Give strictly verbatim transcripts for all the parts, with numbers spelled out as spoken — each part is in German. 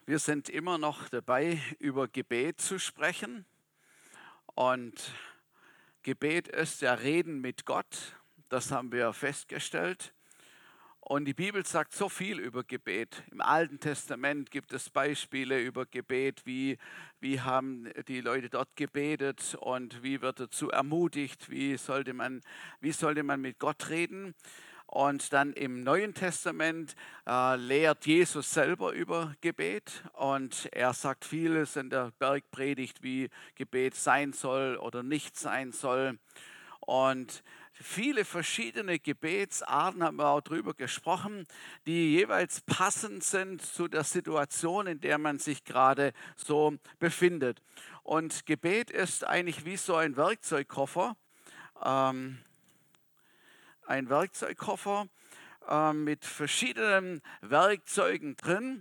Wir sind immer noch dabei, über Gebet zu sprechen. Und Gebet ist ja Reden mit Gott. Das haben wir festgestellt. Und die Bibel sagt so viel über Gebet. Im Alten Testament gibt es Beispiele über Gebet, wie, wie haben die Leute dort gebetet und wie wird dazu ermutigt, wie sollte man, wie sollte man mit Gott reden. Und dann im Neuen Testament äh, lehrt Jesus selber über Gebet und er sagt vieles in der Bergpredigt, wie Gebet sein soll oder nicht sein soll. Und viele verschiedene Gebetsarten haben wir auch darüber gesprochen, die jeweils passend sind zu der Situation, in der man sich gerade so befindet. Und Gebet ist eigentlich wie so ein Werkzeugkoffer. Ähm, Ein Werkzeugkoffer äh, mit verschiedenen Werkzeugen drin.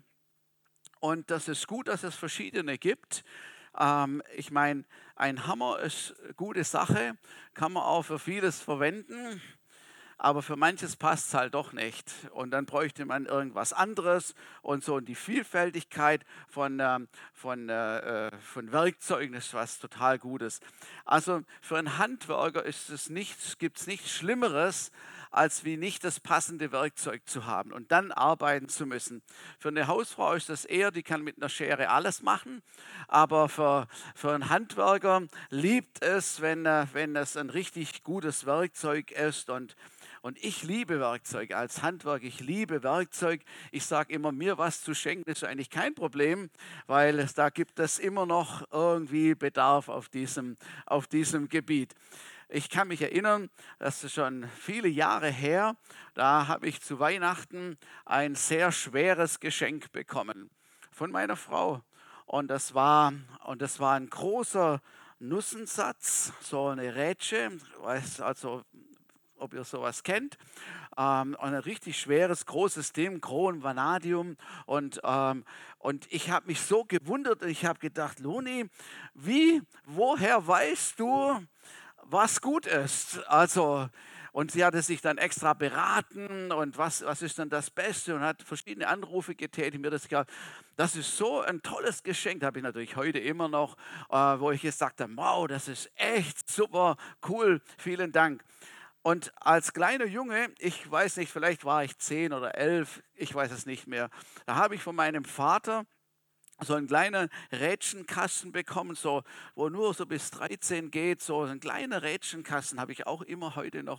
Und das ist gut, dass es verschiedene gibt. Ähm, ich meine, ein Hammer ist eine gute Sache, kann man auch für vieles verwenden. Aber für manches passt es halt doch nicht. Und dann bräuchte man irgendwas anderes und so. Und die Vielfältigkeit von, ähm, von, äh, äh, von Werkzeugen ist was total Gutes. Also für einen Handwerker ist es nichts, gibt es nichts Schlimmeres, als wie nicht das passende Werkzeug zu haben und dann arbeiten zu müssen. Für eine Hausfrau ist das eher, die kann mit einer Schere alles machen. Aber für, für einen Handwerker liebt es, wenn, äh, wenn es ein richtig gutes Werkzeug ist. Und Und ich liebe Werkzeug als Handwerk, ich liebe Werkzeug. Ich sage immer, mir was zu schenken ist eigentlich kein Problem, weil es, da gibt es immer noch irgendwie Bedarf auf diesem, auf diesem Gebiet. Ich kann mich erinnern, das ist schon viele Jahre her, da habe ich zu Weihnachten ein sehr schweres Geschenk bekommen von meiner Frau. Und das war, und das war ein großer Nussensatz, so eine Rätsche, weiß also ob ihr sowas kennt. Ähm, ein richtig schweres, großes Ding, Kron Vanadium. Und, ähm, und ich habe mich so gewundert und ich habe gedacht, Loni, wie, woher weißt du, was gut ist? Also, und sie hatte sich dann extra beraten und was, was ist dann das Beste und hat verschiedene Anrufe getätigt. Mir das gesagt, das ist so ein tolles Geschenk, habe ich natürlich heute immer noch, äh, wo ich gesagt habe, wow, das ist echt super, cool, vielen Dank. Und als kleiner Junge, ich weiß nicht, vielleicht war ich zehn oder elf, ich weiß es nicht mehr, da habe ich von meinem Vater so einen kleinen Rätschenkasten bekommen, so, wo nur so bis dreizehn geht, so ein kleiner Rätschenkasten habe ich auch immer heute noch.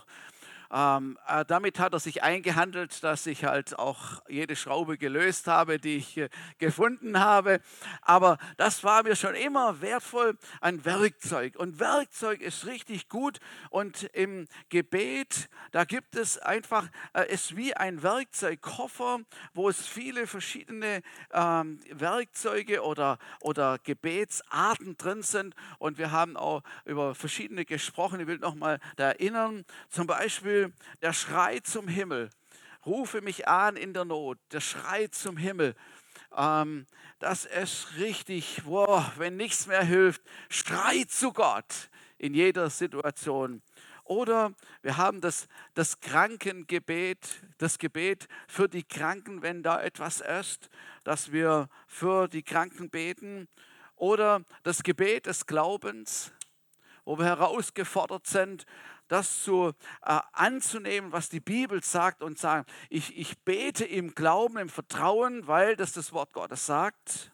Ähm, äh, damit hat er sich eingehandelt, dass ich halt auch jede Schraube gelöst habe, die ich äh, gefunden habe. Aber das war mir schon immer wertvoll, ein Werkzeug. Und Werkzeug ist richtig gut. Und im Gebet, da gibt es einfach, äh, ist wie ein Werkzeugkoffer, wo es viele verschiedene ähm, Werkzeuge oder, oder Gebetsarten drin sind. Und wir haben auch über verschiedene gesprochen. Ich will noch mal da erinnern, zum Beispiel der Schrei zum Himmel. Rufe mich an in der Not. Der Schrei zum Himmel. Ähm, das ist richtig, wow, wenn nichts mehr hilft, schrei zu Gott in jeder Situation. Oder wir haben das, das Krankengebet, das Gebet für die Kranken, wenn da etwas ist, dass wir für die Kranken beten. Oder das Gebet des Glaubens, wo wir herausgefordert sind, das zu, äh, anzunehmen, was die Bibel sagt und sagen, ich, ich bete im Glauben, im Vertrauen, weil das das Wort Gottes sagt.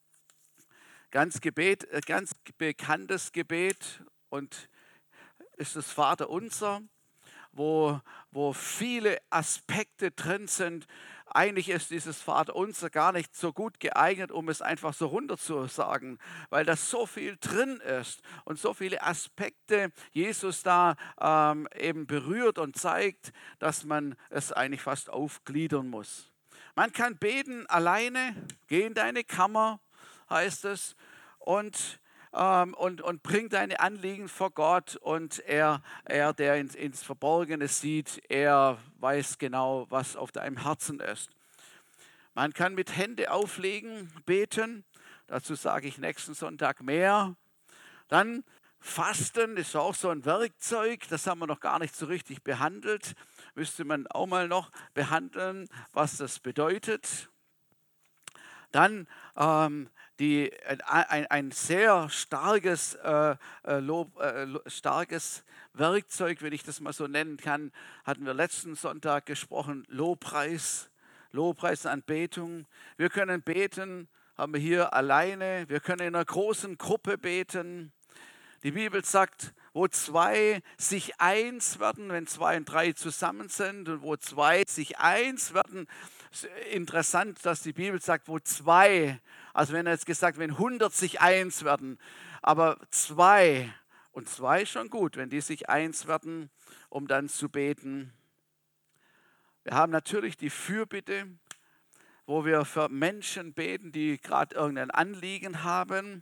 Ganz, Gebet, äh, ganz bekanntes Gebet und ist das Vaterunser, wo, wo viele Aspekte drin sind. Eigentlich ist dieses Vaterunser gar nicht so gut geeignet, um es einfach so runterzusagen, weil da so viel drin ist und so viele Aspekte Jesus da ähm, eben berührt und zeigt, dass man es eigentlich fast aufgliedern muss. Man kann beten alleine, geh in deine Kammer, heißt es, und ähm, und, und bring deine Anliegen vor Gott und er, er der ins, ins Verborgene sieht, er weiß genau, was auf deinem Herzen ist. Man kann mit Hände auflegen, beten, dazu sage ich nächsten Sonntag mehr. Dann Fasten ist auch so ein Werkzeug, das haben wir noch gar nicht so richtig behandelt. Müsste man auch mal noch behandeln, was das bedeutet. Dann ähm, die, ein, ein sehr starkes, äh, Lob, äh, starkes Werkzeug, wenn ich das mal so nennen kann, hatten wir letzten Sonntag gesprochen, Lobpreis, Lobpreis, Anbetung. Wir können beten, haben wir hier alleine, wir können in einer großen Gruppe beten. Die Bibel sagt, wo zwei sich eins werden, wenn zwei und drei zusammen sind und wo zwei sich eins werden. Interessant, dass die Bibel sagt, wo zwei, also wenn er jetzt gesagt, wenn hundert sich eins werden, aber zwei, und zwei ist schon gut, wenn die sich eins werden, um dann zu beten. Wir haben natürlich die Fürbitte, wo wir für Menschen beten, die gerade irgendein Anliegen haben.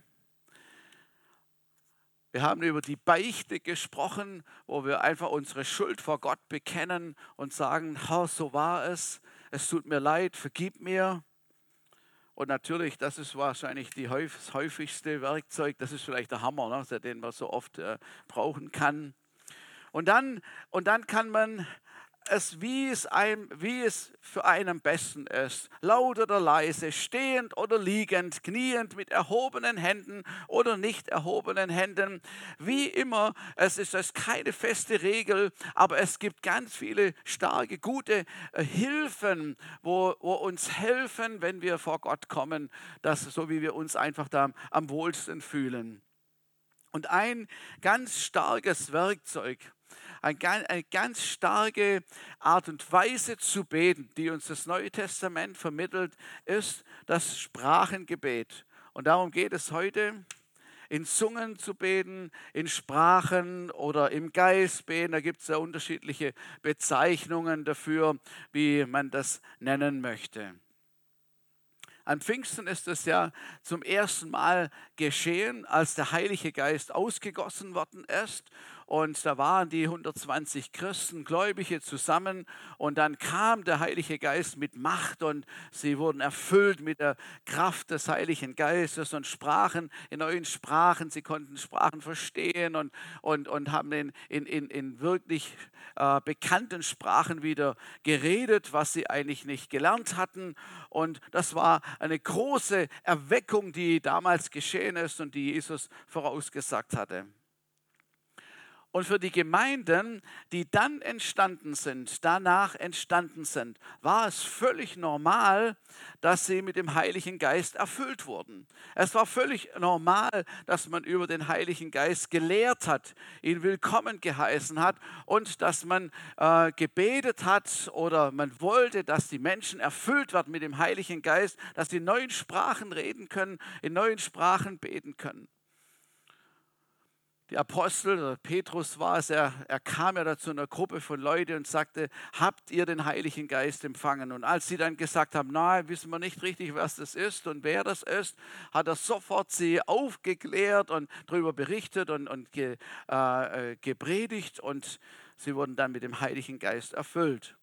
Wir haben über die Beichte gesprochen, wo wir einfach unsere Schuld vor Gott bekennen und sagen, Herr, so war es, es tut mir leid, vergib mir. Und natürlich, das ist wahrscheinlich die häufig, das häufigste Werkzeug, das ist vielleicht der Hammer, ne, den man so oft äh, brauchen kann. Und dann, und dann kann man es, wie es, einem, wie es für einen am besten ist, laut oder leise, stehend oder liegend, kniend, mit erhobenen Händen oder nicht erhobenen Händen, wie immer, es ist es keine feste Regel, aber es gibt ganz viele starke, gute äh, Hilfen, wo, wo uns helfen, wenn wir vor Gott kommen, dass, so wie wir uns einfach da am wohlsten fühlen. Und ein ganz starkes Werkzeug, eine ganz starke Art und Weise zu beten, die uns das Neue Testament vermittelt, ist das Sprachengebet. Und darum geht es heute, in Zungen zu beten, in Sprachen oder im Geist beten. Da gibt es ja unterschiedliche Bezeichnungen dafür, wie man das nennen möchte. An Pfingsten ist es ja zum ersten Mal geschehen, als der Heilige Geist ausgegossen worden ist. Und da waren die hundertzwanzig Christen, Gläubige zusammen. Und dann kam der Heilige Geist mit Macht und sie wurden erfüllt mit der Kraft des Heiligen Geistes und sprachen in neuen Sprachen. Sie konnten Sprachen verstehen und, und, und haben in, in, in, in wirklich äh, bekannten Sprachen wieder geredet, was sie eigentlich nicht gelernt hatten. Und das war eine große Erweckung, die damals geschehen ist und die Jesus vorausgesagt hatte. Und für die Gemeinden, die dann entstanden sind, danach entstanden sind, war es völlig normal, dass sie mit dem Heiligen Geist erfüllt wurden. Es war völlig normal, dass man über den Heiligen Geist gelehrt hat, ihn willkommen geheißen hat und dass man äh, gebetet hat oder man wollte, dass die Menschen erfüllt werden mit dem Heiligen Geist, dass sie in neuen Sprachen reden können, in neuen Sprachen beten können. Die Apostel, oder Petrus war es, er, er kam ja dazu einer Gruppe von Leuten und sagte, habt ihr den Heiligen Geist empfangen? Und als sie dann gesagt haben, nein, wissen wir nicht richtig, was das ist und wer das ist, hat er sofort sie aufgeklärt und darüber berichtet und, und ge, äh, gepredigt und sie wurden dann mit dem Heiligen Geist erfüllt.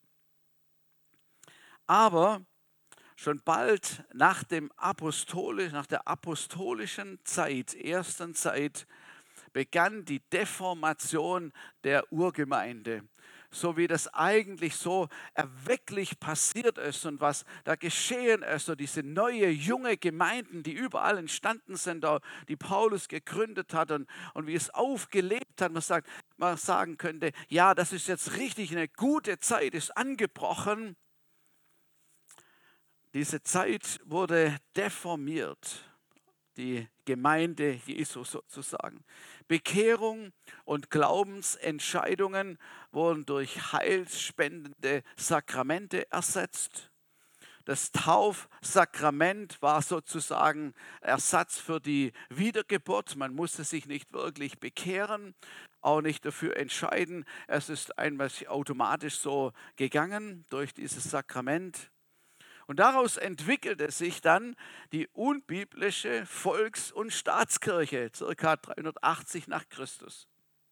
Aber schon bald nach, dem Apostolisch, nach der apostolischen Zeit, ersten Zeit, begann die Deformation der Urgemeinde, so wie das eigentlich so erwecklich passiert ist und was da geschehen ist, so diese neue, junge Gemeinden, die überall entstanden sind, die Paulus gegründet hat und, und wie es aufgelebt hat. Man, sagt, man sagen könnte, ja, das ist jetzt richtig, eine gute Zeit ist angebrochen. Diese Zeit wurde deformiert. Die Gemeinde Jesu sozusagen. Bekehrung und Glaubensentscheidungen wurden durch heilsspendende Sakramente ersetzt. Das Taufsakrament war sozusagen Ersatz für die Wiedergeburt. Man musste sich nicht wirklich bekehren, auch nicht dafür entscheiden. Es ist einmal automatisch so gegangen durch dieses Sakrament. Und daraus entwickelte sich dann die unbiblische Volks- und Staatskirche, ca. dreihundertachtzig nach Christus.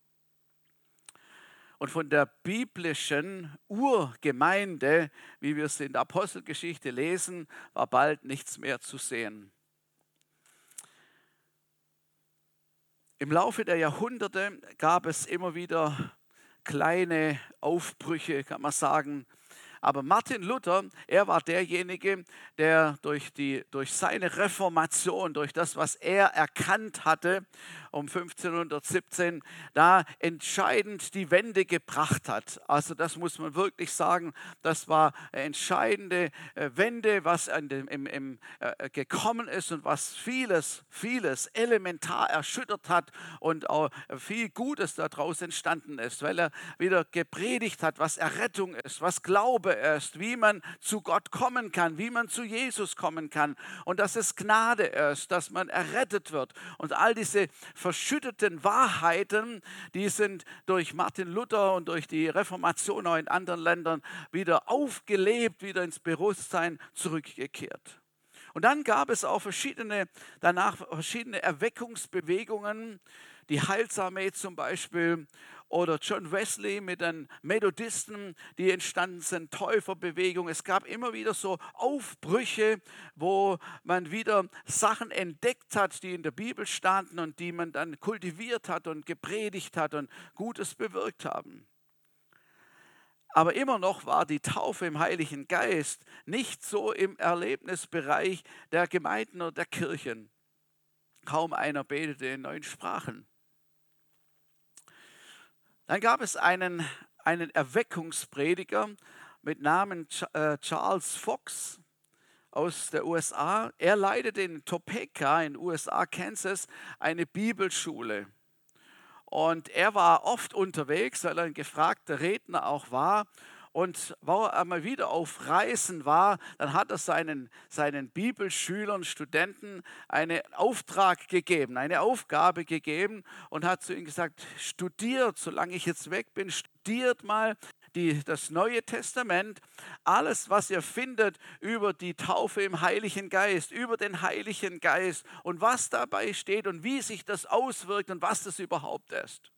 Und von der biblischen Urgemeinde, wie wir es in der Apostelgeschichte lesen, war bald nichts mehr zu sehen. Im Laufe der Jahrhunderte gab es immer wieder kleine Aufbrüche, kann man sagen. Aber Martin Luther, er war derjenige, der durch, die, durch seine Reformation, durch das, was er erkannt hatte, um fünfzehnhundertsiebzehn, da entscheidend die Wende gebracht hat. Also das muss man wirklich sagen, das war eine entscheidende äh, Wende, was an dem, im, im, äh, gekommen ist und was vieles, vieles elementar erschüttert hat und auch viel Gutes daraus entstanden ist, weil er wieder gepredigt hat, was Errettung ist, was Glaube ist, wie man zu Gott kommen kann, wie man zu Jesus kommen kann und dass es Gnade ist, dass man errettet wird. Und all diese verschütteten Wahrheiten, die sind durch Martin Luther und durch die Reformation auch in anderen Ländern wieder aufgelebt, wieder ins Bewusstsein zurückgekehrt. Und dann gab es auch verschiedene, danach verschiedene Erweckungsbewegungen, die Heilsarmee zum Beispiel oder John Wesley mit den Methodisten, die entstanden sind, Täuferbewegung. Es gab immer wieder so Aufbrüche, wo man wieder Sachen entdeckt hat, die in der Bibel standen und die man dann kultiviert hat und gepredigt hat und Gutes bewirkt haben. Aber immer noch war die Taufe im Heiligen Geist nicht so im Erlebnisbereich der Gemeinden oder der Kirchen. Kaum einer betete in neuen Sprachen. Dann gab es einen, einen Erweckungsprediger mit Namen Charles Fox aus der U S A. Er leitete in Topeka in U S A, Kansas, eine Bibelschule. Und er war oft unterwegs, weil er ein gefragter Redner auch war. Und wo er mal wieder auf Reisen war, dann hat er seinen, seinen Bibelschülern, Studenten einen Auftrag gegeben, eine Aufgabe gegeben und hat zu ihnen gesagt, studiert, solange ich jetzt weg bin, studiert mal die, das Neue Testament, alles, was ihr findet über die Taufe im Heiligen Geist, über den Heiligen Geist und was dabei steht und wie sich das auswirkt und was das überhaupt ist.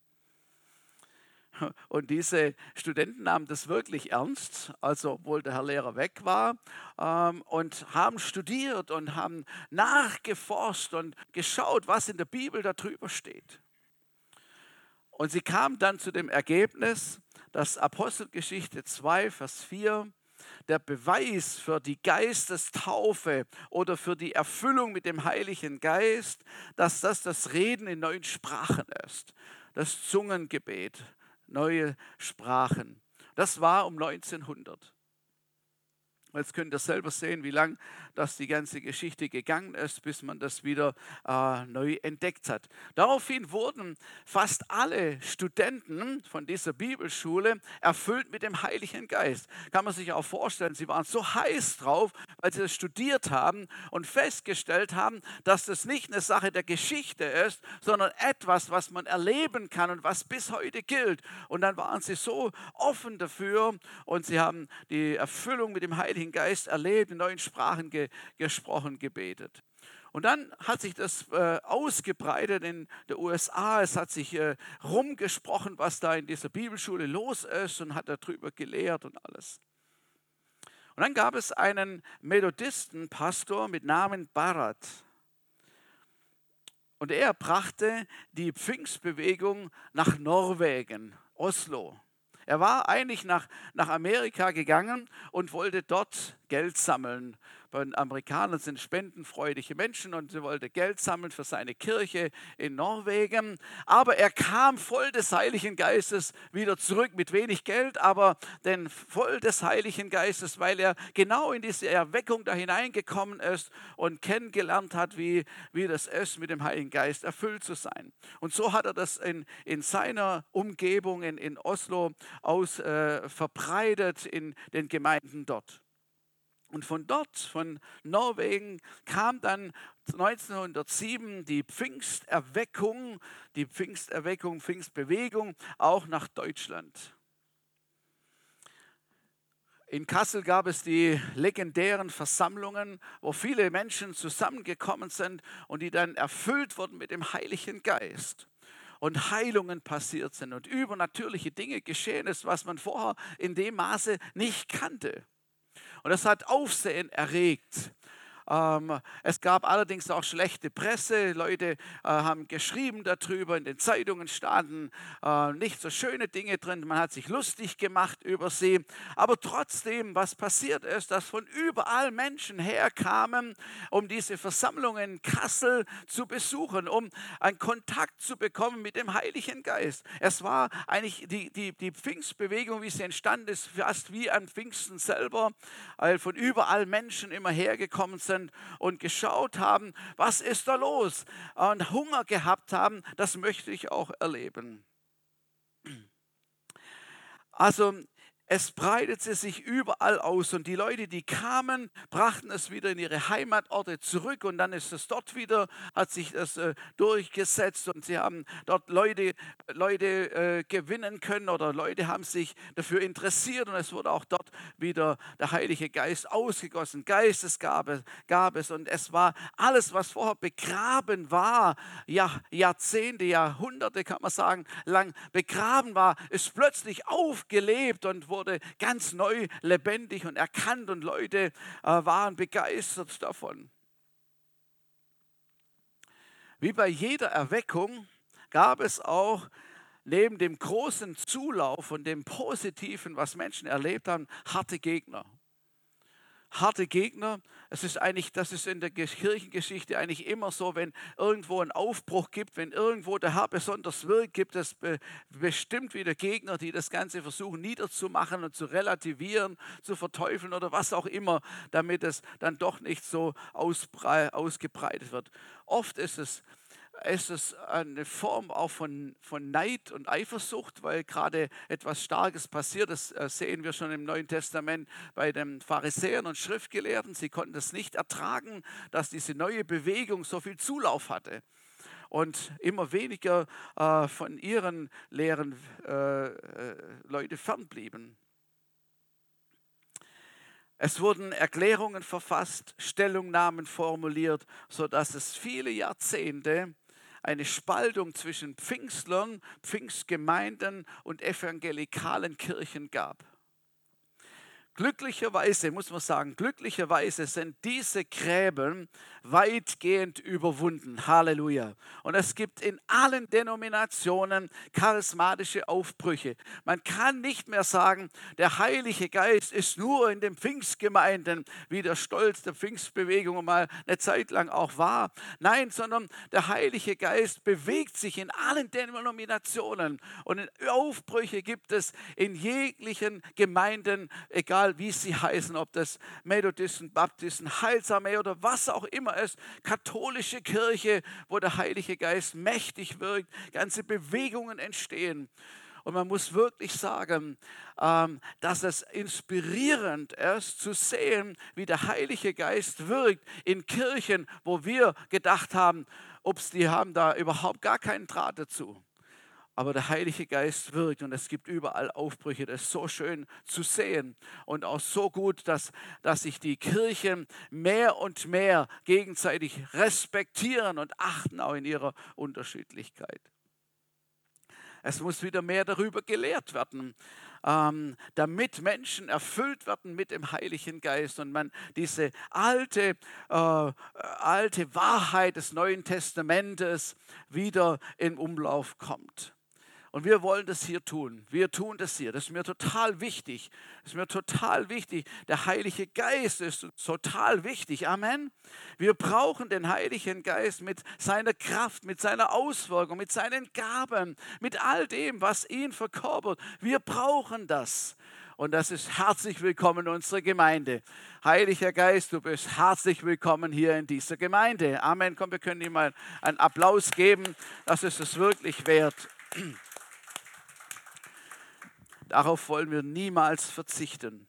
Und diese Studenten nahmen das wirklich ernst, also obwohl der Herr Lehrer weg war, ähm, und haben studiert und haben nachgeforscht und geschaut, was in der Bibel darüber steht. Und sie kamen dann zu dem Ergebnis, dass Apostelgeschichte zwei, Vers vier, der Beweis für die Geistestaufe oder für die Erfüllung mit dem Heiligen Geist, dass das das Reden in neuen Sprachen ist, das Zungengebet. Neue Sprachen. Das war um neunzehnhundert. Jetzt könnt ihr selber sehen, wie lange das die ganze Geschichte gegangen ist, bis man das wieder äh, neu entdeckt hat. Daraufhin wurden fast alle Studenten von dieser Bibelschule erfüllt mit dem Heiligen Geist. Kann man sich auch vorstellen, sie waren so heiß drauf, weil sie das studiert haben und festgestellt haben, dass das nicht eine Sache der Geschichte ist, sondern etwas, was man erleben kann und was bis heute gilt. Und dann waren sie so offen dafür und sie haben die Erfüllung mit dem Heiligen Geist erlebt, in neuen Sprachen ge gesprochen, gebetet. Und dann hat sich das äh, ausgebreitet in der U S A. Es hat sich äh, rumgesprochen, was da in dieser Bibelschule los ist und hat darüber gelehrt und alles. Und dann gab es einen Methodistenpastor mit Namen Barrett. Und er brachte die Pfingstbewegung nach Norwegen, Oslo. Er war eigentlich nach, nach Amerika gegangen und wollte dort Geld sammeln. Bei den Amerikanern sind spendenfreudige Menschen und sie wollte Geld sammeln für seine Kirche in Norwegen. Aber er kam voll des Heiligen Geistes wieder zurück mit wenig Geld, aber denn voll des Heiligen Geistes, weil er genau in diese Erweckung da hineingekommen ist und kennengelernt hat, wie, wie das ist, mit dem Heiligen Geist erfüllt zu sein. Und so hat er das in, in seiner Umgebung in, in Oslo aus äh, verbreitet in den Gemeinden dort. Und von dort, von Norwegen, kam dann neunzehnhundertsieben die Pfingsterweckung, die Pfingsterweckung, Pfingstbewegung auch nach Deutschland. In Kassel gab es die legendären Versammlungen, wo viele Menschen zusammengekommen sind und die dann erfüllt wurden mit dem Heiligen Geist. Und Heilungen passiert sind und übernatürliche Dinge geschehen ist, was man vorher in dem Maße nicht kannte. Und das hat Aufsehen erregt. Ähm, es gab allerdings auch schlechte Presse. Leute äh, haben geschrieben darüber, in den Zeitungen standen äh, nicht so schöne Dinge drin. Man hat sich lustig gemacht über sie. Aber trotzdem, was passiert ist, dass von überall Menschen herkamen, um diese Versammlung in Kassel zu besuchen, um einen Kontakt zu bekommen mit dem Heiligen Geist. Es war eigentlich die, die, die Pfingstbewegung, wie sie entstanden ist, fast wie an Pfingsten selber, weil von überall Menschen immer hergekommen sind und geschaut haben, was ist da los? Und Hunger gehabt haben, das möchte ich auch erleben. Also es breitete sich überall aus und die Leute, die kamen, brachten es wieder in ihre Heimatorte zurück und dann ist es dort wieder, hat sich das äh, durchgesetzt und sie haben dort Leute, Leute äh, gewinnen können oder Leute haben sich dafür interessiert und es wurde auch dort wieder der Heilige Geist ausgegossen. Geistesgabe gab es und es war alles, was vorher begraben war, ja, Jahrzehnte, Jahrhunderte kann man sagen, lang begraben war, ist plötzlich aufgelebt und wurde ganz neu lebendig und erkannt und Leute äh, waren begeistert davon. Wie bei jeder Erweckung gab es auch neben dem großen Zulauf und dem Positiven, was Menschen erlebt haben, harte Gegner. Harte Gegner, es ist eigentlich, das ist in der Kirchengeschichte eigentlich immer so, wenn irgendwo einen Aufbruch gibt, wenn irgendwo der Herr besonders wirkt, gibt es be, bestimmt wieder Gegner, die das Ganze versuchen niederzumachen und zu relativieren, zu verteufeln oder was auch immer, damit es dann doch nicht so ausbrei, ausgebreitet wird. Oft ist es ist es eine Form auch von, von Neid und Eifersucht, weil gerade etwas Starkes passiert. Das sehen wir schon im Neuen Testament bei den Pharisäern und Schriftgelehrten. Sie konnten es nicht ertragen, dass diese neue Bewegung so viel Zulauf hatte und immer weniger äh, von ihren Lehren äh, äh, Leute fernblieben. Es wurden Erklärungen verfasst, Stellungnahmen formuliert, sodass es viele Jahrzehnte eine Spaltung zwischen Pfingstlern, Pfingstgemeinden und evangelikalen Kirchen gab. Glücklicherweise, muss man sagen, glücklicherweise sind diese Gräben weitgehend überwunden. Halleluja. Und es gibt in allen Denominationen charismatische Aufbrüche. Man kann nicht mehr sagen, der Heilige Geist ist nur in den Pfingstgemeinden, wie der Stolz der Pfingstbewegung mal eine Zeit lang auch war. Nein, sondern der Heilige Geist bewegt sich in allen Denominationen. Und Aufbrüche gibt es in jeglichen Gemeinden, egal wie sie heißen, ob das Methodisten, Baptisten, Heilsarmee oder was auch immer ist, katholische Kirche, wo der Heilige Geist mächtig wirkt, ganze Bewegungen entstehen. Und man muss wirklich sagen, dass es inspirierend ist, zu sehen, wie der Heilige Geist wirkt in Kirchen, wo wir gedacht haben, ups, die haben da überhaupt gar keinen Draht dazu. Aber der Heilige Geist wirkt und es gibt überall Aufbrüche. Das ist so schön zu sehen und auch so gut, dass, dass sich die Kirchen mehr und mehr gegenseitig respektieren und achten, auch in ihrer Unterschiedlichkeit. Es muss wieder mehr darüber gelehrt werden, ähm, damit Menschen erfüllt werden mit dem Heiligen Geist und man diese alte, äh, alte Wahrheit des Neuen Testamentes wieder in Umlauf kommt. Und wir wollen das hier tun. Wir tun das hier. Das ist mir total wichtig. Das ist mir total wichtig. Der Heilige Geist ist total wichtig. Amen. Wir brauchen den Heiligen Geist mit seiner Kraft, mit seiner Auswirkung, mit seinen Gaben, mit all dem, was ihn verkörpert. Wir brauchen das. Und das ist herzlich willkommen in unserer Gemeinde. Heiliger Geist, du bist herzlich willkommen hier in dieser Gemeinde. Amen. Komm, wir können ihm mal einen Applaus geben. Das ist es wirklich wert. Darauf wollen wir niemals verzichten.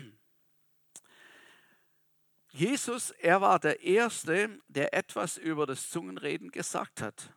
Jesus, er war der Erste, der etwas über das Zungenreden gesagt hat.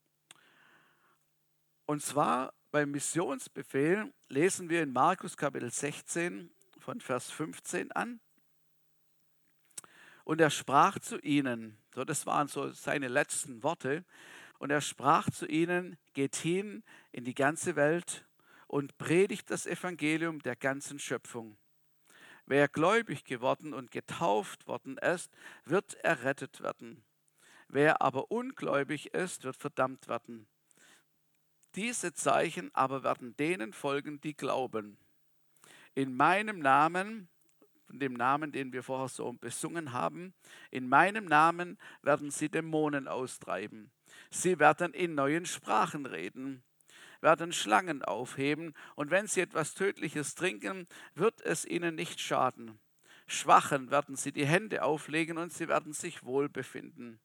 Und zwar beim Missionsbefehl lesen wir in Markus Kapitel sechzehn von Vers fünfzehn an. Und er sprach zu ihnen, so das waren so seine letzten Worte, und er sprach zu ihnen, geht hin in die ganze Welt und predigt das Evangelium der ganzen Schöpfung. Wer gläubig geworden und getauft worden ist, wird errettet werden. Wer aber ungläubig ist, wird verdammt werden. Diese Zeichen aber werden denen folgen, die glauben. In meinem Namen, von dem Namen, den wir vorher so besungen haben, in meinem Namen werden sie Dämonen austreiben. Sie werden in neuen Sprachen reden, werden Schlangen aufheben, und wenn sie etwas Tödliches trinken, wird es ihnen nicht schaden. Schwachen werden sie die Hände auflegen und sie werden sich wohl befinden.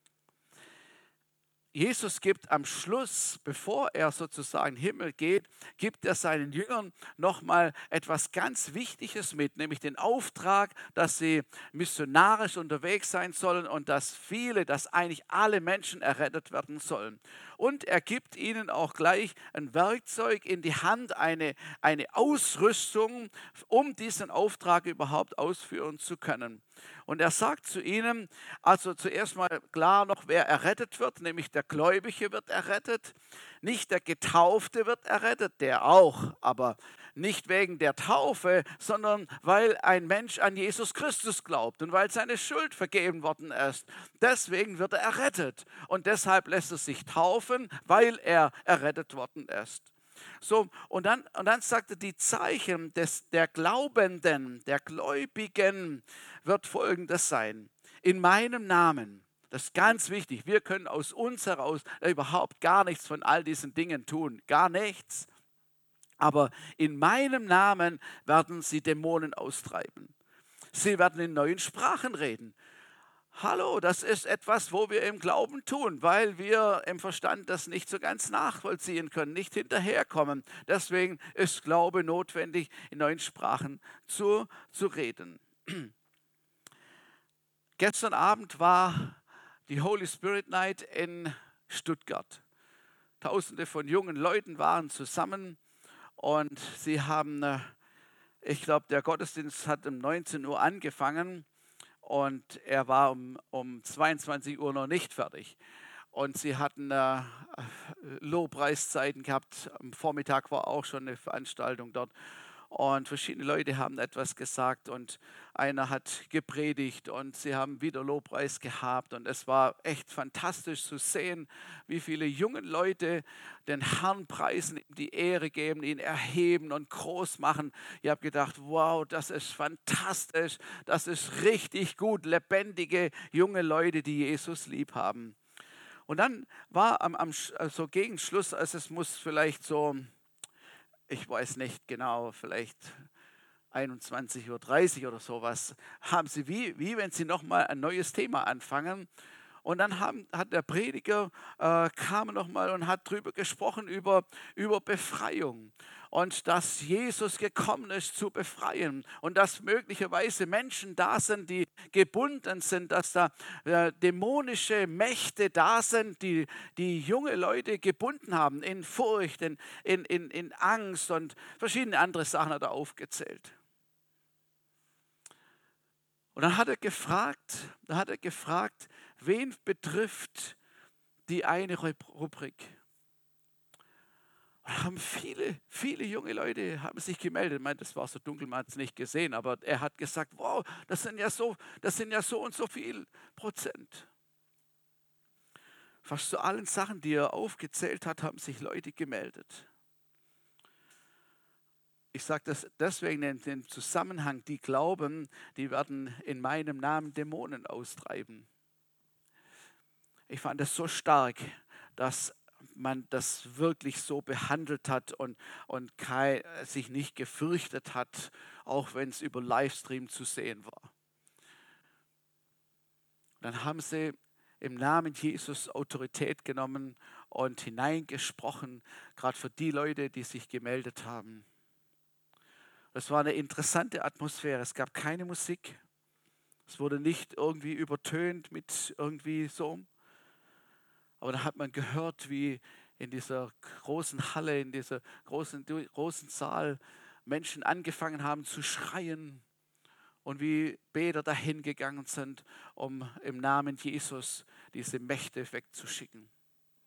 Jesus gibt am Schluss, bevor er sozusagen in den Himmel geht, gibt er seinen Jüngern nochmal etwas ganz Wichtiges mit, nämlich den Auftrag, dass sie missionarisch unterwegs sein sollen und dass viele, dass eigentlich alle Menschen errettet werden sollen. Und er gibt ihnen auch gleich ein Werkzeug in die Hand, eine, eine Ausrüstung, um diesen Auftrag überhaupt ausführen zu können. Und er sagt zu ihnen, also zuerst mal klar noch, wer errettet wird, nämlich der Gläubige wird errettet, nicht der Getaufte wird errettet, der auch, aber nicht wegen der Taufe, sondern weil ein Mensch an Jesus Christus glaubt und weil seine Schuld vergeben worden ist. Deswegen wird er errettet und deshalb lässt er sich taufen, weil er errettet worden ist. So, und dann, und dann sagt er, die Zeichen des, der Glaubenden, der Gläubigen wird Folgendes sein. In meinem Namen, das ist ganz wichtig, wir können aus uns heraus überhaupt gar nichts von all diesen Dingen tun, gar nichts. Aber in meinem Namen werden sie Dämonen austreiben. Sie werden in neuen Sprachen reden. Hallo, das ist etwas, wo wir im Glauben tun, weil wir im Verstand das nicht so ganz nachvollziehen können, nicht hinterherkommen. Deswegen ist Glaube notwendig, in neuen Sprachen zu, zu reden. Gestern Abend war die Holy Spirit Night in Stuttgart. Tausende von jungen Leuten waren zusammen und sie haben, ich glaube, der Gottesdienst hat um neunzehn Uhr angefangen. Und er war um, um zweiundzwanzig Uhr noch nicht fertig. Und sie hatten äh, Lobpreiszeiten gehabt. Am Vormittag war auch schon eine Veranstaltung dort. Und verschiedene Leute haben etwas gesagt und einer hat gepredigt und sie haben wieder Lobpreis gehabt. Und es war echt fantastisch zu sehen, wie viele junge Leute den Herrn preisen, ihm die Ehre geben, ihn erheben und groß machen. Ich habe gedacht, wow, das ist fantastisch, das ist richtig gut, lebendige junge Leute, die Jesus lieb haben. Und dann war am, am also gegen Schluss, also es muss vielleicht so, ich weiß nicht genau, vielleicht einundzwanzig Uhr dreißig oder sowas, haben sie wie, wie wenn sie nochmal ein neues Thema anfangen. Und dann haben, hat der Prediger, äh, kam nochmal und hat darüber gesprochen, über, über Befreiung. Und dass Jesus gekommen ist, zu befreien. Und dass möglicherweise Menschen da sind, die gebunden sind, dass da äh, dämonische Mächte da sind, die, die junge Leute gebunden haben, in Furcht, in, in, in, in Angst und verschiedene andere Sachen hat er aufgezählt. Und dann hat er gefragt, dann hat er gefragt, wen betrifft die eine Rubrik? Und haben viele, viele junge Leute haben sich gemeldet. Ich meine, das war so dunkel, man hat es nicht gesehen, aber er hat gesagt, wow, das sind ja so, das sind ja so und so viel Prozent. Fast zu allen Sachen, die er aufgezählt hat, haben sich Leute gemeldet. Ich sage das deswegen in dem Zusammenhang, die glauben, die werden in meinem Namen Dämonen austreiben. Ich fand das so stark, dass man das wirklich so behandelt hat und, und kein, sich nicht gefürchtet hat, auch wenn es über Livestream zu sehen war. Dann haben sie im Namen Jesus Autorität genommen und hineingesprochen, gerade für die Leute, die sich gemeldet haben. Es war eine interessante Atmosphäre. Es gab keine Musik. Es wurde nicht irgendwie übertönt mit irgendwie so. Aber da hat man gehört, wie in dieser großen Halle, in dieser großen, großen Saal Menschen angefangen haben zu schreien und wie Beter dahin gegangen sind, um im Namen Jesus diese Mächte wegzuschicken.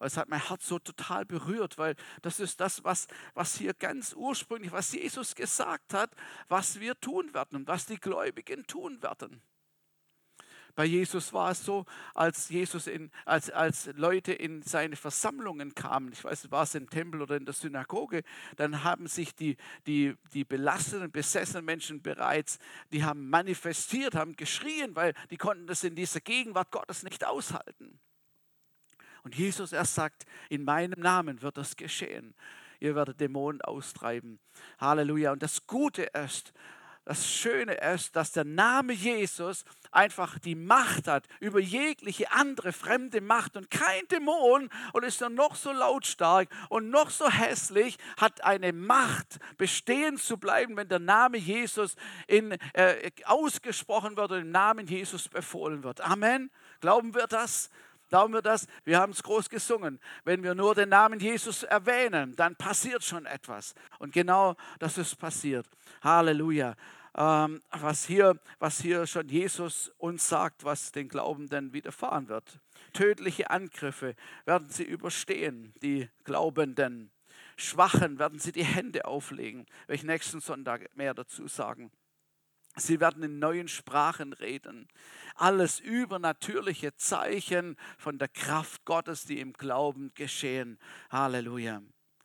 Es hat mein Herz so total berührt, weil das ist das, was, was hier ganz ursprünglich, was Jesus gesagt hat, was wir tun werden und was die Gläubigen tun werden. Bei Jesus war es so, als, Jesus in, als, als Leute in seine Versammlungen kamen, ich weiß nicht, war es im Tempel oder in der Synagoge, dann haben sich die, die, die belasteten, besessenen Menschen bereits, die haben manifestiert, haben geschrien, weil die konnten das in dieser Gegenwart Gottes nicht aushalten. Und Jesus erst sagt, in meinem Namen wird das geschehen. Ihr werdet Dämonen austreiben. Halleluja. Und das Gute ist, das Schöne ist, dass der Name Jesus einfach die Macht hat über jegliche andere fremde Macht. Und kein Dämon, und ist er noch so lautstark und noch so hässlich, hat eine Macht, bestehen zu bleiben, wenn der Name Jesus in, äh, ausgesprochen wird und im Namen Jesus befohlen wird. Amen. Glauben wir das? Glauben wir das? Wir haben es groß gesungen. Wenn wir nur den Namen Jesus erwähnen, dann passiert schon etwas. Und genau das ist passiert. Halleluja. Ähm, was, hier, was hier schon Jesus uns sagt, was den Glaubenden widerfahren wird. Tödliche Angriffe werden sie überstehen, die Glaubenden. Schwachen werden sie die Hände auflegen. Werde ich nächsten Sonntag mehr dazu sagen. Sie werden in neuen Sprachen reden. Alles übernatürliche Zeichen von der Kraft Gottes, die im Glauben geschehen. Halleluja.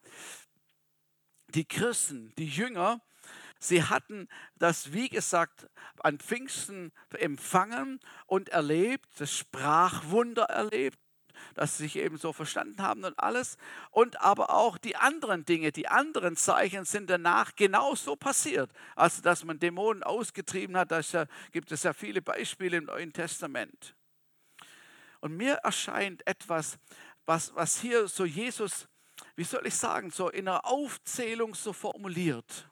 Die Christen, die Jünger, sie hatten das, wie gesagt, an Pfingsten empfangen und erlebt, das Sprachwunder erlebt, dass sie sich eben so verstanden haben und alles. Und aber auch die anderen Dinge, die anderen Zeichen sind danach genauso passiert. Also, dass man Dämonen ausgetrieben hat, da ja, gibt es ja viele Beispiele im Neuen Testament. Und mir erscheint etwas, was, was hier so Jesus, wie soll ich sagen, so in einer Aufzählung so formuliert.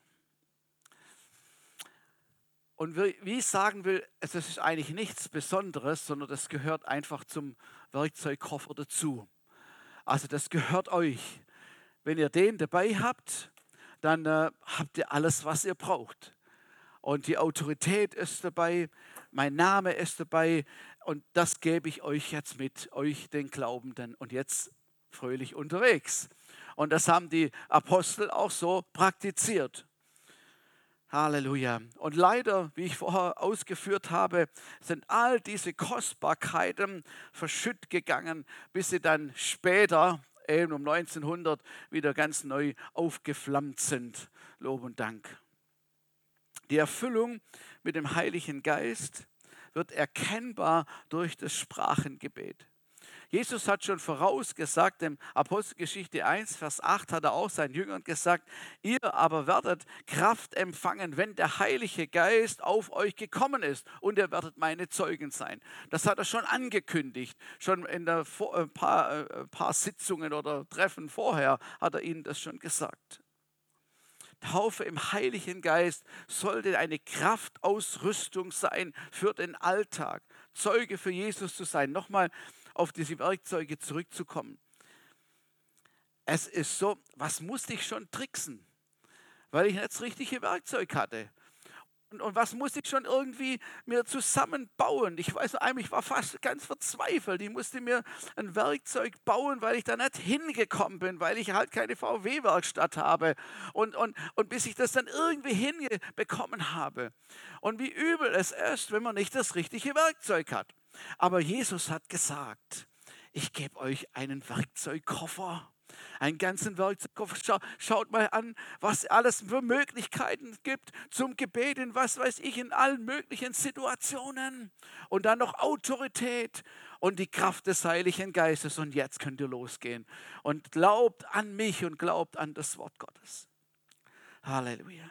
Und wie ich sagen will, es ist eigentlich nichts Besonderes, sondern das gehört einfach zum Werkzeugkoffer dazu. Also das gehört euch. Wenn ihr den dabei habt, dann äh, habt ihr alles, was ihr braucht. Und die Autorität ist dabei, mein Name ist dabei und das gebe ich euch jetzt mit, euch den Glaubenden und jetzt fröhlich unterwegs. Und das haben die Apostel auch so praktiziert. Halleluja. Und leider, wie ich vorher ausgeführt habe, sind all diese Kostbarkeiten verschütt gegangen, bis sie dann später, eben um neunzehnhundert, wieder ganz neu aufgeflammt sind. Lob und Dank. Die Erfüllung mit dem Heiligen Geist wird erkennbar durch das Sprachengebet. Jesus hat schon vorausgesagt, in Apostelgeschichte eins, Vers acht hat er auch seinen Jüngern gesagt, ihr aber werdet Kraft empfangen, wenn der Heilige Geist auf euch gekommen ist und ihr werdet meine Zeugen sein. Das hat er schon angekündigt, schon in ein paar, äh, paar Sitzungen oder Treffen vorher hat er ihnen das schon gesagt. Taufe im Heiligen Geist sollte eine Kraftausrüstung sein für den Alltag, Zeuge für Jesus zu sein. Nochmal auf diese Werkzeuge zurückzukommen. Es ist so, was musste ich schon tricksen, weil ich nicht das richtige Werkzeug hatte. Und, und was musste ich schon irgendwie mir zusammenbauen? Ich weiß noch einmal, ich war fast ganz verzweifelt. Ich musste mir ein Werkzeug bauen, weil ich da nicht hingekommen bin, weil ich halt keine V W-Werkstatt habe. Und, und, und bis ich das dann irgendwie hinbekommen habe. Und wie übel es ist, wenn man nicht das richtige Werkzeug hat. Aber Jesus hat gesagt, ich gebe euch einen Werkzeugkoffer. Einen ganzen Werkzeugkoffer. Schau, schaut mal an, was alles für Möglichkeiten gibt zum Gebet in was weiß ich, in allen möglichen Situationen. Und dann noch Autorität und die Kraft des Heiligen Geistes. Und jetzt könnt ihr losgehen. Und glaubt an mich und glaubt an das Wort Gottes. Halleluja.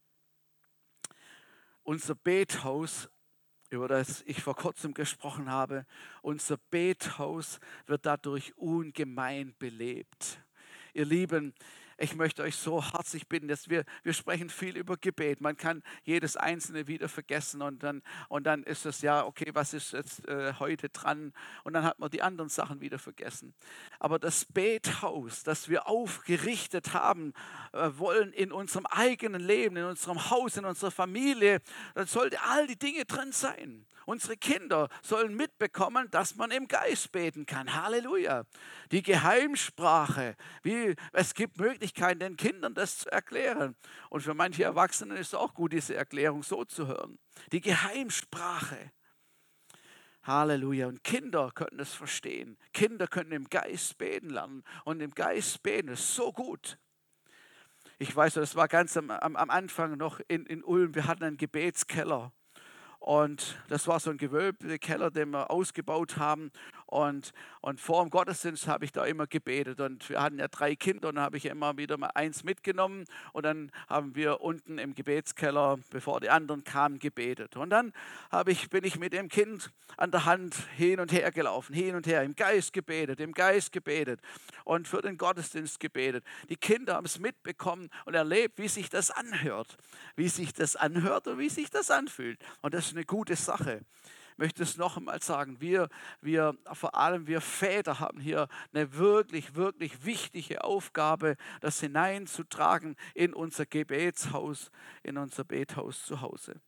Unser Bethaus, über das ich vor kurzem gesprochen habe, unser Bethaus wird dadurch ungemein belebt. Ihr Lieben, Ich möchte euch so herzlich bitten, dass wir, wir sprechen viel über Gebet. Man kann jedes Einzelne wieder vergessen und dann, und dann ist es ja, okay, was ist jetzt äh, heute dran? Und dann hat man die anderen Sachen wieder vergessen. Aber das Bethaus, das wir aufgerichtet haben äh, wollen in unserem eigenen Leben, in unserem Haus, in unserer Familie, da sollte all die Dinge drin sein. Unsere Kinder sollen mitbekommen, dass man im Geist beten kann. Halleluja. Die Geheimsprache. Wie, es gibt Möglichkeiten, den Kindern das zu erklären. Und für manche Erwachsenen ist es auch gut, diese Erklärung so zu hören. Die Geheimsprache. Halleluja. Und Kinder können es verstehen. Kinder können im Geist beten lernen. Und im Geist beten ist so gut. Ich weiß, das war ganz am, am, am Anfang noch in, in Ulm. Wir hatten einen Gebetskeller. Und das war so ein gewölbter Keller, den wir ausgebaut haben. Und, und vor dem Gottesdienst habe ich da immer gebetet. Und wir hatten ja drei Kinder und da habe ich immer wieder mal eins mitgenommen. Und dann haben wir unten im Gebetskeller, bevor die anderen kamen, gebetet. Und dann habe ich, bin ich mit dem Kind an der Hand hin und her gelaufen, hin und her, im Geist gebetet, im Geist gebetet und für den Gottesdienst gebetet. Die Kinder haben es mitbekommen und erlebt, wie sich das anhört. Wie sich das anhört und wie sich das anfühlt. Und das ist eine gute Sache. Ich möchte es noch einmal sagen, wir, wir, vor allem wir Väter haben hier eine wirklich, wirklich wichtige Aufgabe, das hineinzutragen in unser Gebetshaus, in unser Bethaus zu Hause.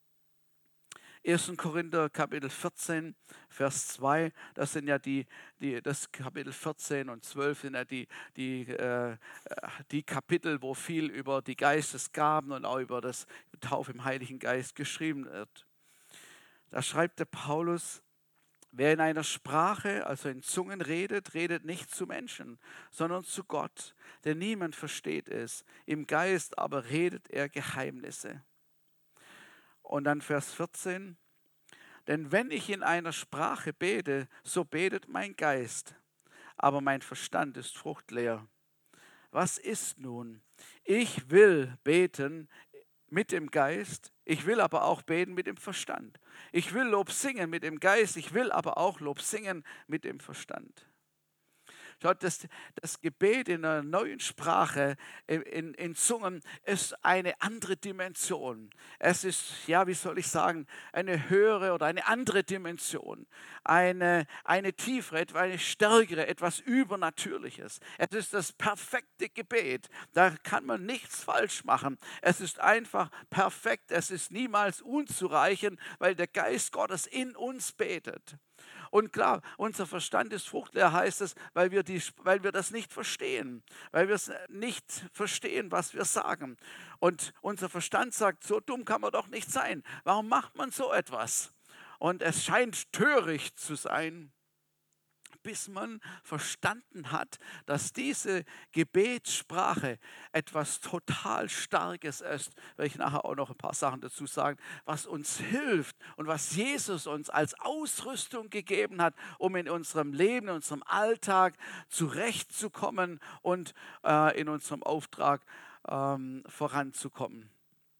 erster Korinther Kapitel vierzehn, Vers zwei, das sind ja die, die das Kapitel vierzehn und zwölf sind ja die, die, äh, die Kapitel, wo viel über die Geistesgaben und auch über das Taufe im Heiligen Geist geschrieben wird. Da schreibt der Paulus: Wer in einer Sprache, also in Zungen redet, redet nicht zu Menschen, sondern zu Gott, denn niemand versteht es. Im Geist aber redet er Geheimnisse. Und dann Vers vierzehn. Denn wenn ich in einer Sprache bete, so betet mein Geist, aber mein Verstand ist fruchtleer. Was ist nun? Ich will beten mit dem Geist, ich will aber auch beten mit dem Verstand. Ich will Lob singen mit dem Geist, ich will aber auch Lob singen mit dem Verstand. Schaut, das, das Gebet in einer neuen Sprache, in, in, in Zungen, ist eine andere Dimension. Es ist, ja, wie soll ich sagen, eine höhere oder eine andere Dimension. Eine, eine tiefere, eine stärkere, etwas Übernatürliches. Es ist das perfekte Gebet. Da kann man nichts falsch machen. Es ist einfach perfekt. Es ist niemals unzureichend, weil der Geist Gottes in uns betet. Und klar, unser Verstand ist fruchtleer, heißt es, weil wir, die, weil wir das nicht verstehen, weil wir es nicht verstehen, was wir sagen. Und unser Verstand sagt, so dumm kann man doch nicht sein. Warum macht man so etwas? Und es scheint töricht zu sein, bis man verstanden hat, dass diese Gebetssprache etwas total Starkes ist, werde ich nachher auch noch ein paar Sachen dazu sagen, was uns hilft und was Jesus uns als Ausrüstung gegeben hat, um in unserem Leben, in unserem Alltag zurechtzukommen und äh, in unserem Auftrag ähm, voranzukommen.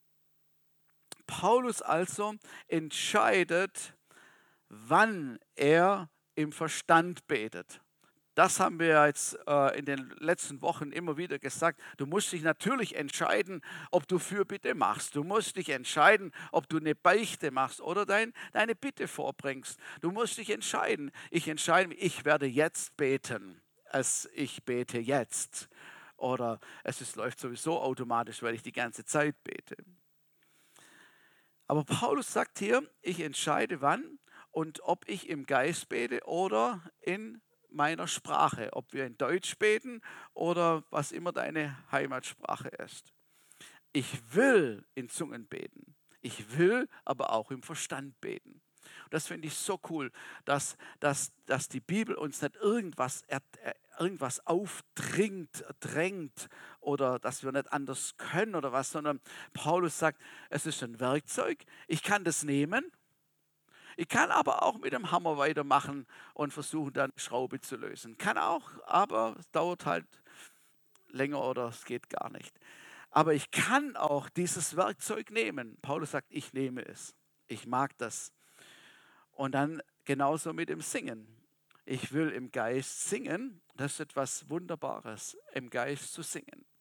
Paulus also entscheidet, wann er im Verstand betet. Das haben wir jetzt äh, in den letzten Wochen immer wieder gesagt. Du musst dich natürlich entscheiden, ob du Fürbitte machst. Du musst dich entscheiden, ob du eine Beichte machst oder dein, deine Bitte vorbringst. Du musst dich entscheiden. Ich entscheide mich, ich werde jetzt beten, als ich bete jetzt. Oder es ist, läuft sowieso automatisch, weil ich die ganze Zeit bete. Aber Paulus sagt hier, ich entscheide wann und ob ich im Geist bete oder in meiner Sprache, ob wir in Deutsch beten oder was immer deine Heimatsprache ist. Ich will in Zungen beten. Ich will aber auch im Verstand beten. Und das finde ich so cool, dass, dass, dass die Bibel uns nicht irgendwas, irgendwas aufdringt, drängt oder dass wir nicht anders können oder was, sondern Paulus sagt, es ist ein Werkzeug, ich kann das nehmen. Ich kann aber auch mit dem Hammer weitermachen und versuchen, dann eine Schraube zu lösen. Kann auch, aber es dauert halt länger oder es geht gar nicht. Aber ich kann auch dieses Werkzeug nehmen. Paulus sagt, ich nehme es. Ich mag das. Und dann genauso mit dem Singen. Ich will im Geist singen. Das ist etwas Wunderbares, im Geist zu singen.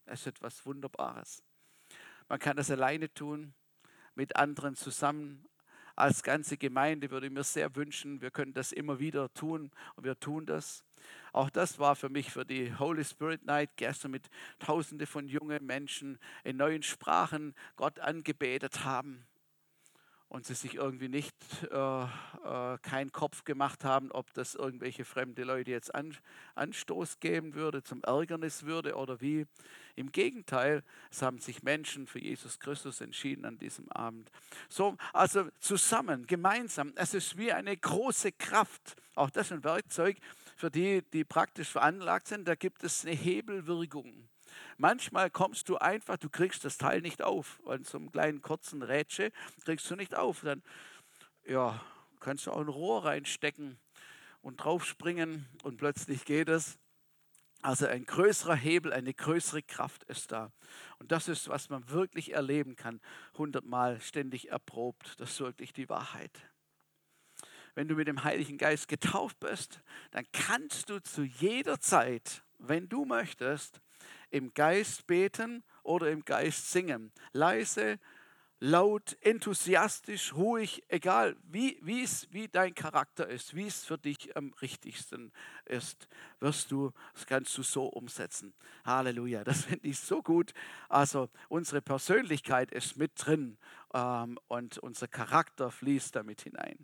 Es ist etwas Wunderbares. Man kann das alleine tun, mit anderen zusammen. Als ganze Gemeinde würde ich mir sehr wünschen, wir können das immer wieder tun und wir tun das. Auch das war für mich für die Holy Spirit Night gestern mit Tausende von jungen Menschen in neuen Sprachen Gott angebetet haben. Und sie sich irgendwie nicht äh, äh, keinen Kopf gemacht haben, ob das irgendwelche fremde Leute jetzt an, Anstoß geben würde, zum Ärgernis würde oder wie. Im Gegenteil, es haben sich Menschen für Jesus Christus entschieden an diesem Abend. So, also zusammen, gemeinsam, es ist wie eine große Kraft. Auch das ist ein Werkzeug für die, die praktisch veranlagt sind. Da gibt es eine Hebelwirkung. Manchmal kommst du einfach, du kriegst das Teil nicht auf. An so einem kleinen kurzen Rätsche kriegst du nicht auf. Dann ja, kannst du auch ein Rohr reinstecken und draufspringen und plötzlich geht es. Also ein größerer Hebel, eine größere Kraft ist da. Und das ist, was man wirklich erleben kann, hundertmal ständig erprobt. Das ist wirklich die Wahrheit. Wenn du mit dem Heiligen Geist getauft bist, dann kannst du zu jeder Zeit, wenn du möchtest, im Geist beten oder im Geist singen. Leise, laut, enthusiastisch, ruhig, egal wie, wie es, wie dein Charakter ist, wie es für dich am richtigsten ist, wirst du, das kannst du so umsetzen. Halleluja, das finde ich so gut. Also unsere Persönlichkeit ist mit drin ähm, und unser Charakter fließt damit hinein.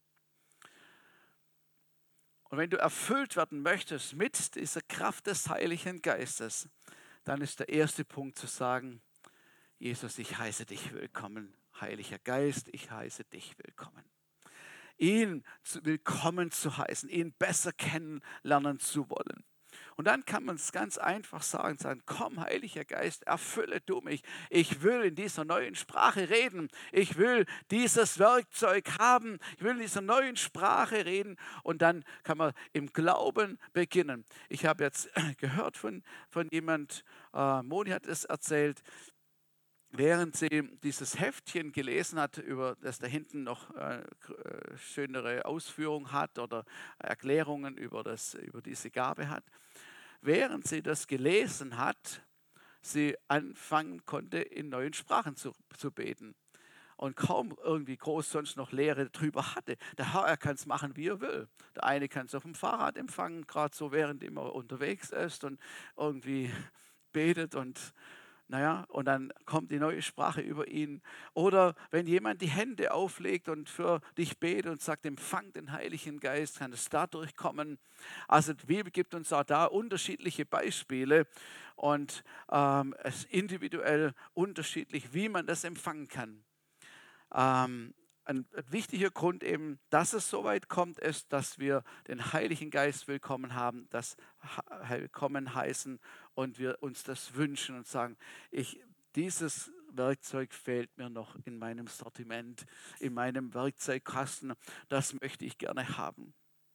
Und wenn du erfüllt werden möchtest mit dieser Kraft des Heiligen Geistes, dann ist der erste Punkt zu sagen, Jesus, ich heiße dich willkommen. Heiliger Geist, ich heiße dich willkommen. Ihn willkommen zu heißen, ihn besser kennenlernen zu wollen. Und dann kann man es ganz einfach sagen, sagen, komm, Heiliger Geist, erfülle du mich. Ich will in dieser neuen Sprache reden. Ich will dieses Werkzeug haben. Ich will in dieser neuen Sprache reden. Und dann kann man im Glauben beginnen. Ich habe jetzt gehört von, von jemand, äh, Moni hat es erzählt, während sie dieses Heftchen gelesen hat, über das da hinten noch äh, schönere Ausführungen hat oder Erklärungen über, das, über diese Gabe hat, während sie das gelesen hat, sie anfangen konnte, in neuen Sprachen zu, zu beten. Und kaum irgendwie groß sonst noch Lehre darüber hatte. Der Herr, er kann es machen, wie er will. Der eine kann es auf dem Fahrrad empfangen, gerade so, während er unterwegs ist und irgendwie betet und naja, und dann kommt die neue Sprache über ihn. Oder wenn jemand die Hände auflegt und für dich betet und sagt, empfang den Heiligen Geist, kann es dadurch kommen. Also die Bibel gibt uns auch da unterschiedliche Beispiele und ähm, es ist individuell unterschiedlich, wie man das empfangen kann. Ähm, ein wichtiger Grund eben, dass es so weit kommt, ist, dass wir den Heiligen Geist willkommen haben, das willkommen heißen und wir uns das wünschen und sagen, ich, dieses Werkzeug fehlt mir noch in meinem Sortiment, in meinem Werkzeugkasten, das möchte ich gerne haben.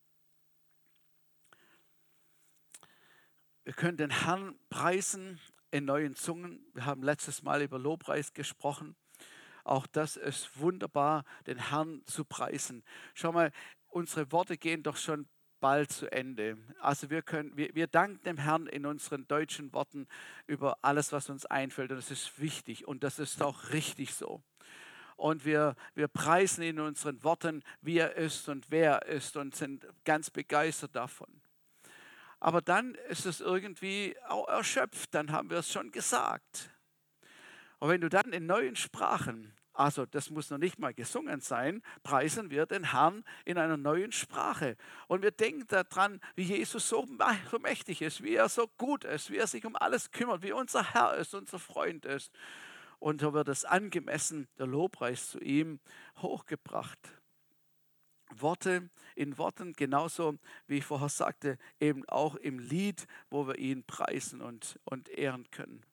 Wir können den Herrn preisen in neuen Zungen. Wir haben letztes Mal über Lobpreis gesprochen. Auch das ist wunderbar, den Herrn zu preisen. Schau mal, unsere Worte gehen doch schon bald zu Ende. Also wir können, wir, wir danken dem Herrn in unseren deutschen Worten über alles, was uns einfällt. Und das ist wichtig und das ist auch richtig so. Und wir, wir preisen in unseren Worten, wie er ist und wer er ist und sind ganz begeistert davon. Aber dann ist es irgendwie auch erschöpft, dann haben wir es schon gesagt. Und wenn du dann in neuen Sprachen, also das muss noch nicht mal gesungen sein, preisen wir den Herrn in einer neuen Sprache. Und wir denken daran, wie Jesus so, so mächtig ist, wie er so gut ist, wie er sich um alles kümmert, wie unser Herr ist, unser Freund ist. Und so wird es angemessen, der Lobpreis zu ihm, hochgebracht. Worte in Worten, genauso wie ich vorher sagte, eben auch im Lied, wo wir ihn preisen und, und ehren können.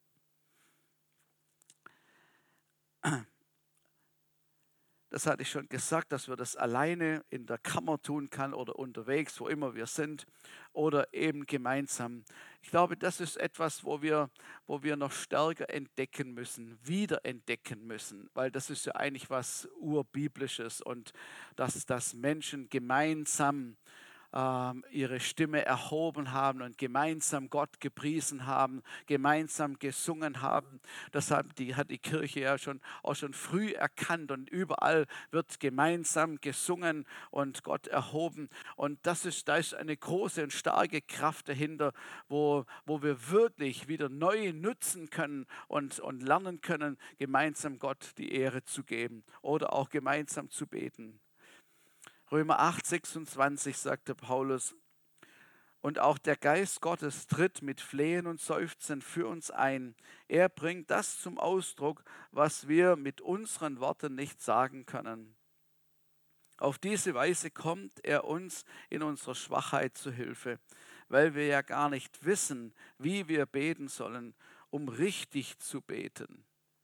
Das hatte ich schon gesagt, dass wir das alleine in der Kammer tun können oder unterwegs, wo immer wir sind, oder eben gemeinsam. Ich glaube, das ist etwas, wo wir, wo wir noch stärker entdecken müssen, wiederentdecken müssen, weil das ist ja eigentlich was Urbiblisches und dass, dass Menschen gemeinsam ähm, ihre Stimme erhoben haben und gemeinsam Gott gepriesen haben, gemeinsam gesungen haben. Das hat die, hat die Kirche ja schon, auch schon früh erkannt und überall wird gemeinsam gesungen und Gott erhoben. Und das ist, da ist eine große und starke Kraft dahinter, wo, wo wir wirklich wieder neu nutzen können und, und lernen können, gemeinsam Gott die Ehre zu geben oder auch gemeinsam zu beten. Römer acht, sechsundzwanzig sagte Paulus, und auch der Geist Gottes tritt mit Flehen und Seufzen für uns ein. Er bringt das zum Ausdruck, was wir mit unseren Worten nicht sagen können. Auf diese Weise kommt er uns in unserer Schwachheit zu Hilfe, weil wir ja gar nicht wissen, wie wir beten sollen, um richtig zu beten.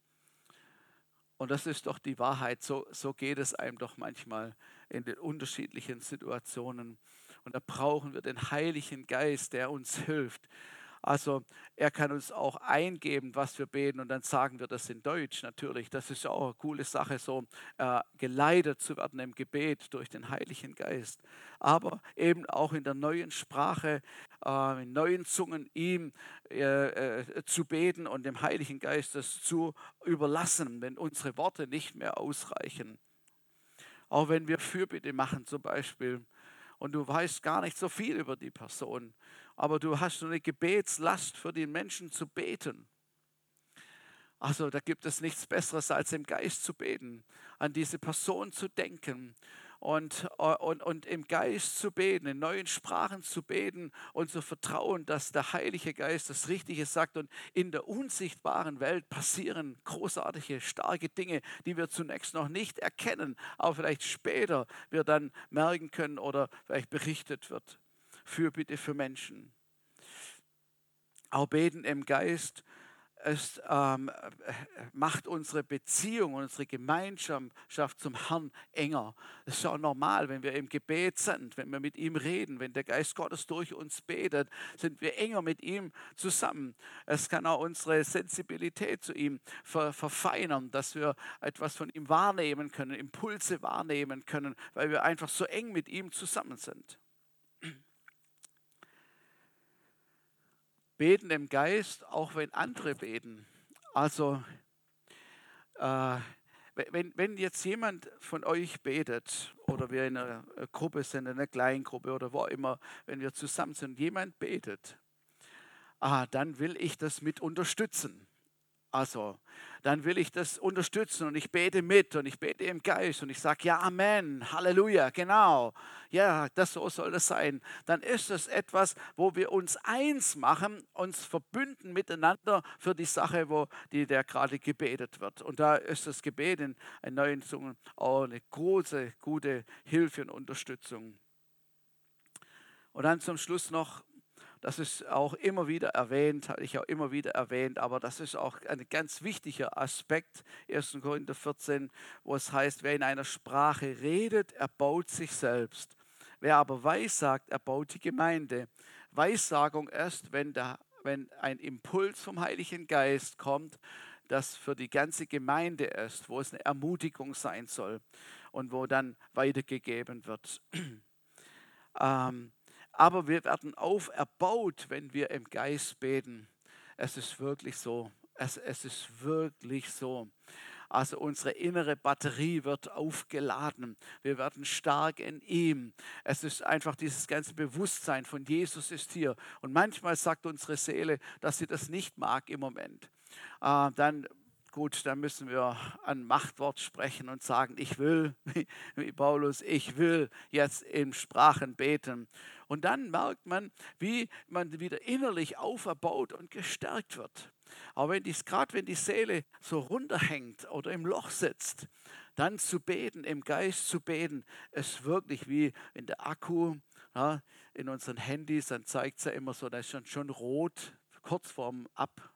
Und das ist doch die Wahrheit, so, so geht es einem doch manchmal in den unterschiedlichen Situationen. Und da brauchen wir den Heiligen Geist, der uns hilft. Also er kann uns auch eingeben, was wir beten, und dann sagen wir das in Deutsch natürlich. Das ist auch eine coole Sache, so äh, geleitet zu werden im Gebet durch den Heiligen Geist. Aber eben auch in der neuen Sprache, äh, in neuen Zungen ihm äh, äh, zu beten und dem Heiligen Geist das zu überlassen, wenn unsere Worte nicht mehr ausreichen. Auch wenn wir Fürbitte machen zum Beispiel und du weißt gar nicht so viel über die Person, aber du hast so eine Gebetslast für den Menschen zu beten. Also da gibt es nichts Besseres, als im Geist zu beten, an diese Person zu denken und, und, und im Geist zu beten, in neuen Sprachen zu beten und zu vertrauen, dass der Heilige Geist das Richtige sagt. Und in der unsichtbaren Welt passieren großartige, starke Dinge, die wir zunächst noch nicht erkennen, aber vielleicht später wir dann merken können oder vielleicht berichtet wird. Fürbitte für Menschen. Auch beten im Geist. Es ähm, macht unsere Beziehung, unsere Gemeinschaft zum Herrn enger. Das ist auch normal, wenn wir im Gebet sind, wenn wir mit ihm reden, wenn der Geist Gottes durch uns betet, sind wir enger mit ihm zusammen. Es kann auch unsere Sensibilität zu ihm ver verfeinern, dass wir etwas von ihm wahrnehmen können, Impulse wahrnehmen können, weil wir einfach so eng mit ihm zusammen sind. Beten im Geist, auch wenn andere beten. Also, äh, wenn, wenn jetzt jemand von euch betet oder wir in einer Gruppe sind, in einer Kleingruppe oder wo immer, wenn wir zusammen sind, jemand betet, ah, dann will ich das mit unterstützen. Also, dann will ich das unterstützen und ich bete mit und ich bete im Geist und ich sage, ja, Amen, Halleluja, genau. Ja, das so soll das sein. Dann ist es etwas, wo wir uns eins machen, uns verbünden miteinander für die Sache, wo die der gerade gebetet wird. Und da ist das Gebet in, in neuen Zungen auch eine große, gute Hilfe und Unterstützung. Und dann zum Schluss noch, das ist auch immer wieder erwähnt, hatte ich auch immer wieder erwähnt, aber das ist auch ein ganz wichtiger Aspekt, erster Korinther vierzehn, wo es heißt, wer in einer Sprache redet, erbaut sich selbst. Wer aber weissagt, erbaut die Gemeinde. Weissagung erst, wenn, der, wenn ein Impuls vom Heiligen Geist kommt, das für die ganze Gemeinde ist, wo es eine Ermutigung sein soll und wo dann weitergegeben wird. ähm, Aber wir werden auferbaut, wenn wir im Geist beten. Es ist wirklich so. Es, es ist wirklich so. Also unsere innere Batterie wird aufgeladen. Wir werden stark in ihm. Es ist einfach dieses ganze Bewusstsein von Jesus ist hier. Und manchmal sagt unsere Seele, dass sie das nicht mag im Moment. Äh, dann Gut, dann müssen wir ein Machtwort sprechen und sagen, ich will, wie Paulus, ich will jetzt in Sprachen beten. Und dann merkt man, wie man wieder innerlich auferbaut und gestärkt wird. Aber wenn dies, gerade wenn die Seele so runterhängt oder im Loch sitzt, dann zu beten, im Geist zu beten, ist wirklich wie in der Akku, ja, in unseren Handys, dann zeigt es ja immer so, da ist schon, schon rot, kurz vorm Ab.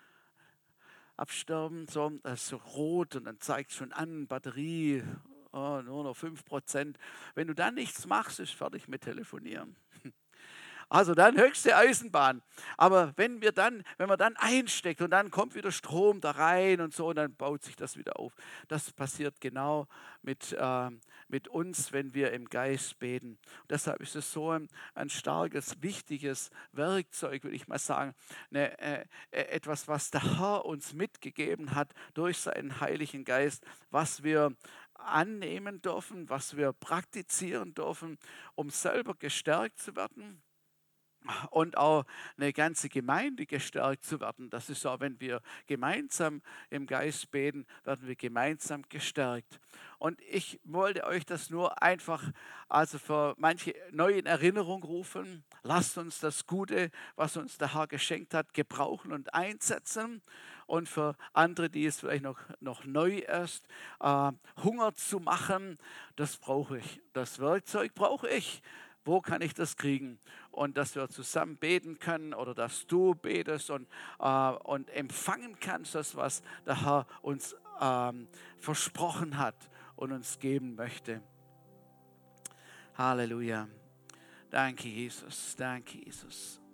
Absterben, so, das ist so rot und dann zeigt es schon an, Batterie, oh, nur noch fünf Prozent. Wenn du dann nichts machst, ist fertig mit Telefonieren. Also dann höchste Eisenbahn. Aber wenn wir dann, wenn man dann einsteckt und dann kommt wieder Strom da rein und so, und dann baut sich das wieder auf. Das passiert genau mit, äh, mit uns, wenn wir im Geist beten. Und deshalb ist es so ein, ein starkes, wichtiges Werkzeug, würde ich mal sagen. Eine, äh, etwas, was der Herr uns mitgegeben hat durch seinen Heiligen Geist, was wir annehmen dürfen, was wir praktizieren dürfen, um selber gestärkt zu werden und auch eine ganze Gemeinde gestärkt zu werden. Das ist so, wenn wir gemeinsam im Geist beten, werden wir gemeinsam gestärkt. Und ich wollte euch das nur einfach, also für manche neu in Erinnerung rufen. Lasst uns das Gute, was uns der Herr geschenkt hat, gebrauchen und einsetzen. Und für andere, die es vielleicht noch, noch neu ist, äh, Hunger zu machen, das brauche ich. Das Werkzeug brauche ich. Wo kann ich das kriegen? Und dass wir zusammen beten können oder dass du betest und, äh, und empfangen kannst, das, was der Herr uns ähm, versprochen hat und uns geben möchte. Halleluja. Danke, Jesus. Danke, Jesus.